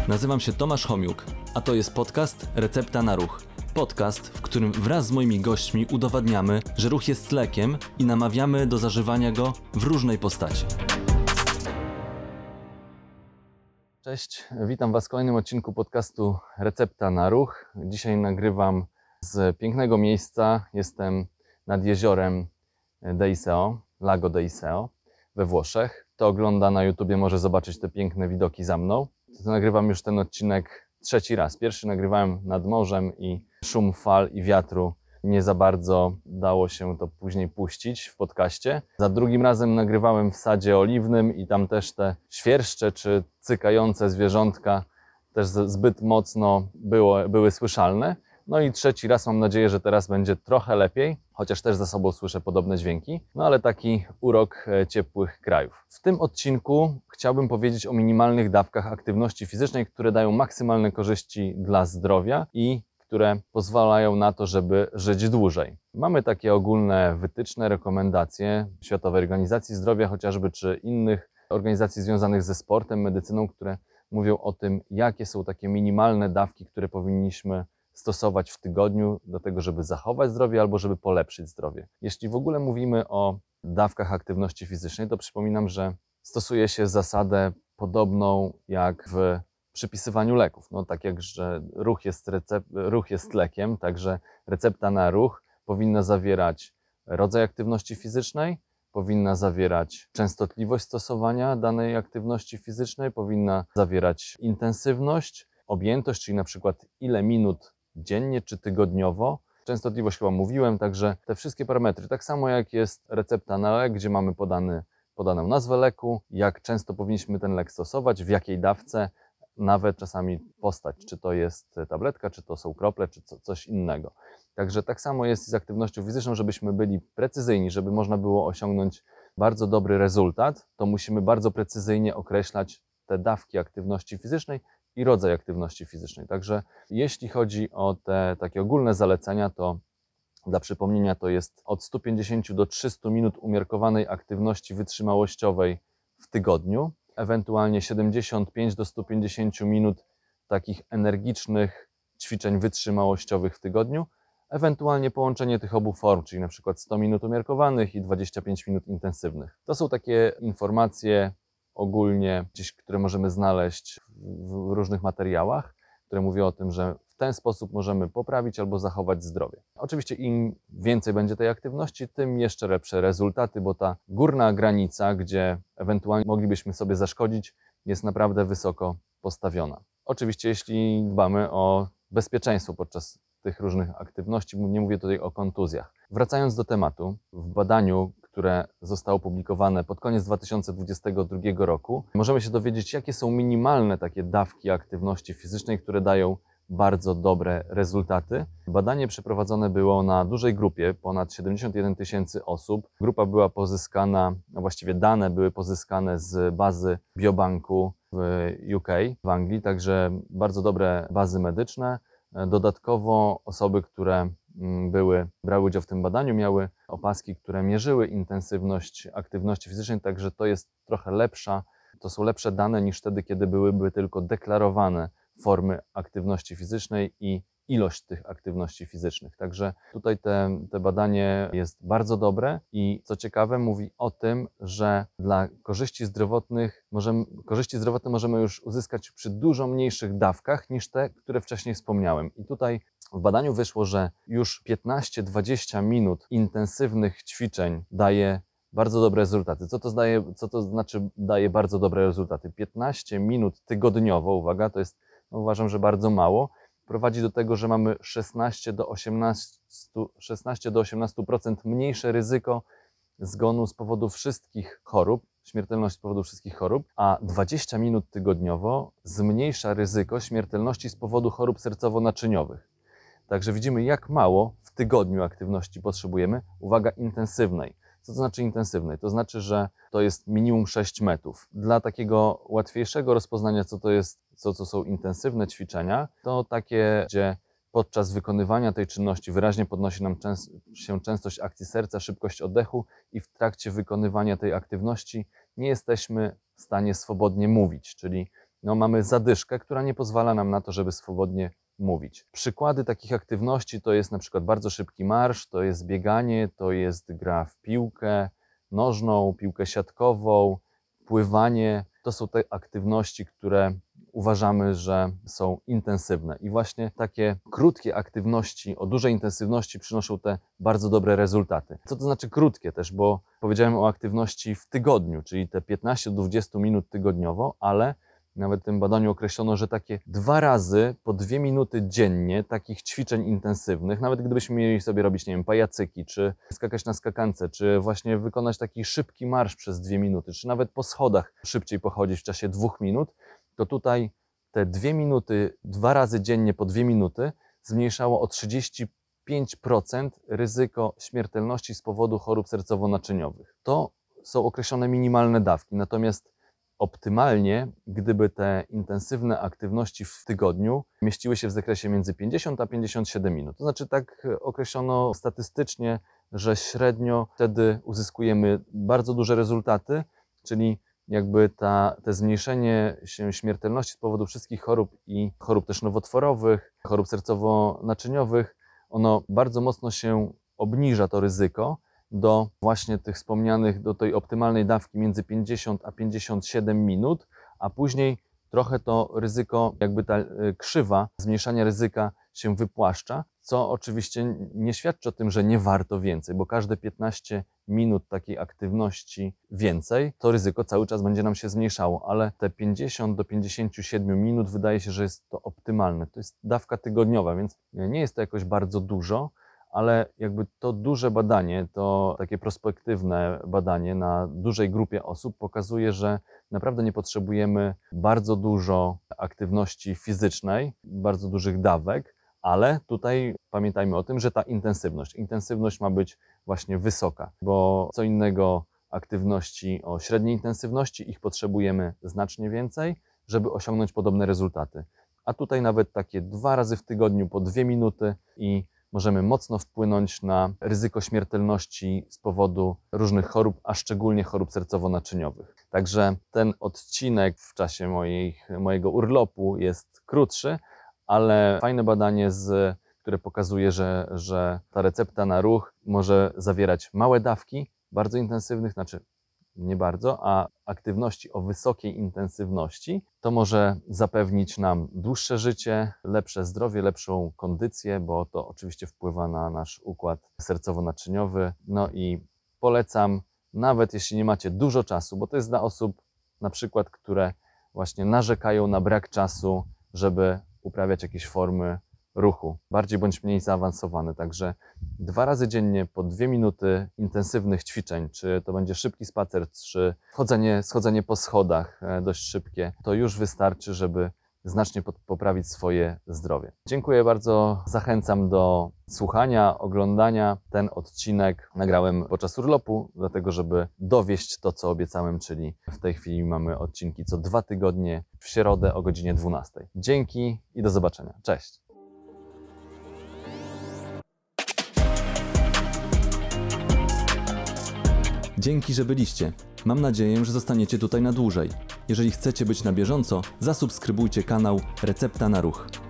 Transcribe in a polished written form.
Nazywam się Tomasz Homiuk, a to jest podcast Recepta na Ruch. Podcast, w którym wraz z moimi gośćmi udowadniamy, że ruch jest lekiem i namawiamy do zażywania go w różnej postaci. Cześć, witam Was w kolejnym odcinku podcastu Recepta na Ruch. Dzisiaj nagrywam z pięknego miejsca. Jestem nad jeziorem Deiseo, Lago Deiseo we Włoszech. Kto ogląda na YouTubie może zobaczyć te piękne widoki za mną. Nagrywam już ten odcinek trzeci raz. Pierwszy nagrywałem nad morzem i szum fal i wiatru nie za bardzo dało się to później puścić w podcaście. Za drugim razem nagrywałem w sadzie oliwnym i tam też te świerszcze czy cykające zwierzątka też zbyt mocno były słyszalne. No i trzeci raz mam nadzieję, że teraz będzie trochę lepiej, chociaż też za sobą słyszę podobne dźwięki. No ale taki urok ciepłych krajów. W tym odcinku chciałbym powiedzieć o minimalnych dawkach aktywności fizycznej, które dają maksymalne korzyści dla zdrowia i które pozwalają na to, żeby żyć dłużej. Mamy takie ogólne wytyczne, rekomendacje Światowej Organizacji Zdrowia chociażby, czy innych organizacji związanych ze sportem, medycyną, które mówią o tym, jakie są takie minimalne dawki, które powinniśmy stosować w tygodniu do tego, żeby zachować zdrowie albo żeby polepszyć zdrowie. Jeśli w ogóle mówimy o dawkach aktywności fizycznej, to przypominam, że stosuje się zasadę podobną jak w przypisywaniu leków. No tak jak, że ruch jest lekiem, także recepta na ruch powinna zawierać rodzaj aktywności fizycznej, powinna zawierać częstotliwość stosowania danej aktywności fizycznej, powinna zawierać intensywność, objętość, czyli na przykład ile minut dziennie czy tygodniowo. Częstotliwość chyba mówiłem, także te wszystkie parametry. Tak samo jak jest recepta na lek, gdzie mamy podaną nazwę leku, jak często powinniśmy ten lek stosować, w jakiej dawce, nawet czasami postać, czy to jest tabletka, czy to są krople, czy coś innego. Także tak samo jest z aktywnością fizyczną, żebyśmy byli precyzyjni, żeby można było osiągnąć bardzo dobry rezultat, to musimy bardzo precyzyjnie określać te dawki aktywności fizycznej i rodzaj aktywności fizycznej. Także jeśli chodzi o te takie ogólne zalecenia, to dla przypomnienia to jest od 150 do 300 minut umiarkowanej aktywności wytrzymałościowej w tygodniu, ewentualnie 75 do 150 minut takich energicznych ćwiczeń wytrzymałościowych w tygodniu, ewentualnie połączenie tych obu form, czyli na przykład 100 minut umiarkowanych i 25 minut intensywnych. To są takie informacje ogólnie gdzieś, które możemy znaleźć w różnych materiałach, które mówią o tym, że w ten sposób możemy poprawić albo zachować zdrowie. Oczywiście im więcej będzie tej aktywności, tym jeszcze lepsze rezultaty, bo ta górna granica, gdzie ewentualnie moglibyśmy sobie zaszkodzić, jest naprawdę wysoko postawiona. Oczywiście jeśli dbamy o bezpieczeństwo podczas tych różnych aktywności, nie mówię tutaj o kontuzjach. Wracając do tematu, w badaniu, które zostało opublikowane pod koniec 2022 roku, możemy się dowiedzieć, jakie są minimalne takie dawki aktywności fizycznej, które dają bardzo dobre rezultaty. Badanie przeprowadzone było na dużej grupie, ponad 71 000 osób. Grupa była pozyskana, właściwie dane były pozyskane z bazy biobanku w UK, w Anglii, także bardzo dobre bazy medyczne. Dodatkowo osoby, które brały udział w tym badaniu, miały opaski, które mierzyły intensywność aktywności fizycznej, także to jest trochę to są lepsze dane niż wtedy, kiedy byłyby tylko deklarowane formy aktywności fizycznej i ilość tych aktywności fizycznych. Także tutaj te badanie jest bardzo dobre i co ciekawe mówi o tym, że dla korzyści zdrowotne możemy już uzyskać przy dużo mniejszych dawkach niż te, które wcześniej wspomniałem. I tutaj w badaniu wyszło, że już 15-20 minut intensywnych ćwiczeń daje bardzo dobre rezultaty. Co to znaczy daje bardzo dobre rezultaty? 15 minut tygodniowo, uwaga, to jest, uważam, że bardzo mało, prowadzi do tego, że mamy 16 do 18% mniejsze ryzyko zgonu z powodu wszystkich chorób, śmiertelność z powodu wszystkich chorób, a 20 minut tygodniowo zmniejsza ryzyko śmiertelności z powodu chorób sercowo-naczyniowych. Także widzimy, jak mało w tygodniu aktywności potrzebujemy. Uwaga, intensywnej. Co to znaczy intensywnej? To znaczy, że to jest minimum 6 metrów. Dla takiego łatwiejszego rozpoznania, co to są intensywne ćwiczenia, to takie, gdzie podczas wykonywania tej czynności wyraźnie podnosi nam się częstość akcji serca, szybkość oddechu i w trakcie wykonywania tej aktywności nie jesteśmy w stanie swobodnie mówić, czyli mamy zadyszkę, która nie pozwala nam na to, żeby swobodnie mówić. Przykłady takich aktywności to jest na przykład bardzo szybki marsz, to jest bieganie, to jest gra w piłkę nożną, piłkę siatkową, pływanie. To są te aktywności, które uważamy, że są intensywne. I właśnie takie krótkie aktywności o dużej intensywności przynoszą te bardzo dobre rezultaty. Co to znaczy krótkie też, bo powiedziałem o aktywności w tygodniu, czyli te 15 do 20 minut tygodniowo, ale nawet w tym badaniu określono, że takie 2 razy po 2 minuty dziennie takich ćwiczeń intensywnych, nawet gdybyśmy mieli sobie robić, nie wiem, pajacyki, czy skakać na skakance, czy właśnie wykonać taki szybki marsz przez 2 minuty, czy nawet po schodach szybciej pochodzić w czasie 2 minut, to tutaj te 2 minuty, 2 razy dziennie po 2 minuty zmniejszało o 35% ryzyko śmiertelności z powodu chorób sercowo-naczyniowych. To są określone minimalne dawki, natomiast optymalnie, gdyby te intensywne aktywności w tygodniu mieściły się w zakresie między 50 a 57 minut. To znaczy tak określono statystycznie, że średnio wtedy uzyskujemy bardzo duże rezultaty, czyli jakby te zmniejszenie się śmiertelności z powodu wszystkich chorób i chorób też nowotworowych, chorób sercowo-naczyniowych, ono bardzo mocno się obniża to ryzyko do właśnie tych wspomnianych, do tej optymalnej dawki między 50 a 57 minut, a później trochę to ryzyko, jakby ta krzywa zmniejszania ryzyka się wypłaszcza, co oczywiście nie świadczy o tym, że nie warto więcej, bo każde 15 minut takiej aktywności więcej, to ryzyko cały czas będzie nam się zmniejszało, ale te 50 do 57 minut wydaje się, że jest to optymalne. To jest dawka tygodniowa, więc nie jest to jakoś bardzo dużo, ale jakby to duże badanie, to takie prospektywne badanie na dużej grupie osób pokazuje, że naprawdę nie potrzebujemy bardzo dużo aktywności fizycznej, bardzo dużych dawek, ale tutaj pamiętajmy o tym, że ta intensywność ma być właśnie wysoka, bo co innego aktywności o średniej intensywności, ich potrzebujemy znacznie więcej, żeby osiągnąć podobne rezultaty. A tutaj nawet takie 2 razy w tygodniu po 2 minuty i możemy mocno wpłynąć na ryzyko śmiertelności z powodu różnych chorób, a szczególnie chorób sercowo-naczyniowych. Także ten odcinek w czasie mojego urlopu jest krótszy, ale fajne badanie, które pokazuje, że ta recepta na ruch może zawierać małe dawki, bardzo intensywnych, znaczy nie bardzo, a aktywności o wysokiej intensywności, to może zapewnić nam dłuższe życie, lepsze zdrowie, lepszą kondycję, bo to oczywiście wpływa na nasz układ sercowo-naczyniowy. No i polecam, nawet jeśli nie macie dużo czasu, bo to jest dla osób na przykład, które właśnie narzekają na brak czasu, żeby uprawiać jakieś formy ruchu, bardziej bądź mniej zaawansowane. Także 2 razy dziennie po 2 minuty intensywnych ćwiczeń, czy to będzie szybki spacer, czy schodzenie po schodach dość szybkie, to już wystarczy, żeby znacznie poprawić swoje zdrowie. Dziękuję bardzo, zachęcam do słuchania, oglądania. Ten odcinek nagrałem podczas urlopu, dlatego żeby dowieść to, co obiecałem, czyli w tej chwili mamy odcinki co 2 tygodnie w środę o godzinie 12. Dzięki i do zobaczenia. Cześć! Dzięki, że byliście. Mam nadzieję, że zostaniecie tutaj na dłużej. Jeżeli chcecie być na bieżąco, zasubskrybujcie kanał Recepta na Ruch.